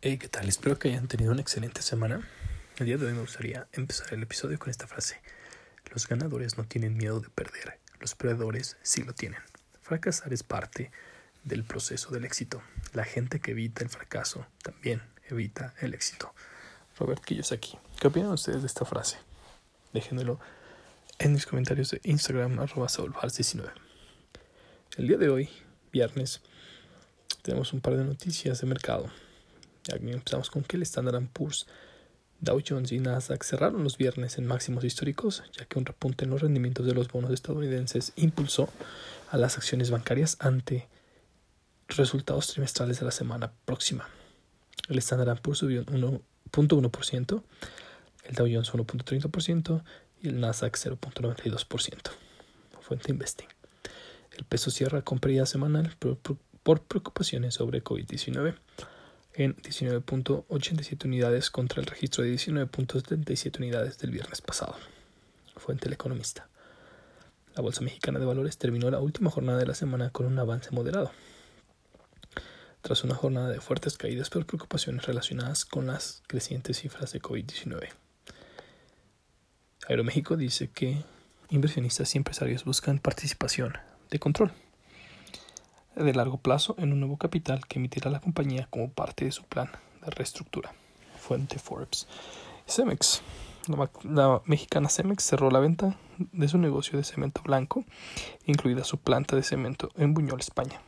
Hey, ¿qué tal? Espero que hayan tenido una excelente semana. El día de hoy me gustaría empezar el episodio con esta frase. Los ganadores no tienen miedo de perder, los perdedores sí lo tienen. Fracasar es parte del proceso del éxito. La gente que evita el fracaso también evita el éxito. Robert Kiyosaki. ¿Qué opinan ustedes de esta frase? Déjenmelo en mis comentarios de Instagram, @saulvars19. El día de hoy, viernes, tenemos un par de noticias de mercado. Aquí empezamos con que el Standard & Poor's, Dow Jones y Nasdaq cerraron los viernes en máximos históricos, ya que un repunte en los rendimientos de los bonos estadounidenses impulsó a las acciones bancarias ante resultados trimestrales de la semana próxima. El Standard & Poor's subió 1.1%, el Dow Jones 1.30% y el Nasdaq 0.92%. Fuente Investing. El peso cierra con pérdida semanal por preocupaciones sobre COVID-19 en 19.87 unidades contra el registro de 19.77 unidades del viernes pasado. Fuente El Economista. La Bolsa Mexicana de Valores terminó la última jornada de la semana con un avance moderado, tras una jornada de fuertes caídas por preocupaciones relacionadas con las crecientes cifras de COVID-19. Aeroméxico dice que inversionistas y empresarios buscan participación de control de largo plazo en un nuevo capital que emitirá la compañía como parte de su plan de reestructura. Fuente Forbes. Cemex. La mexicana Cemex cerró la venta de su negocio de cemento blanco, incluida su planta de cemento en Buñol, España,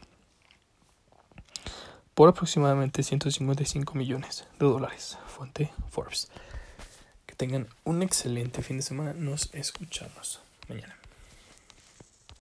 por aproximadamente $155 millones. Fuente Forbes. Que tengan un excelente fin de semana. Nos escuchamos mañana.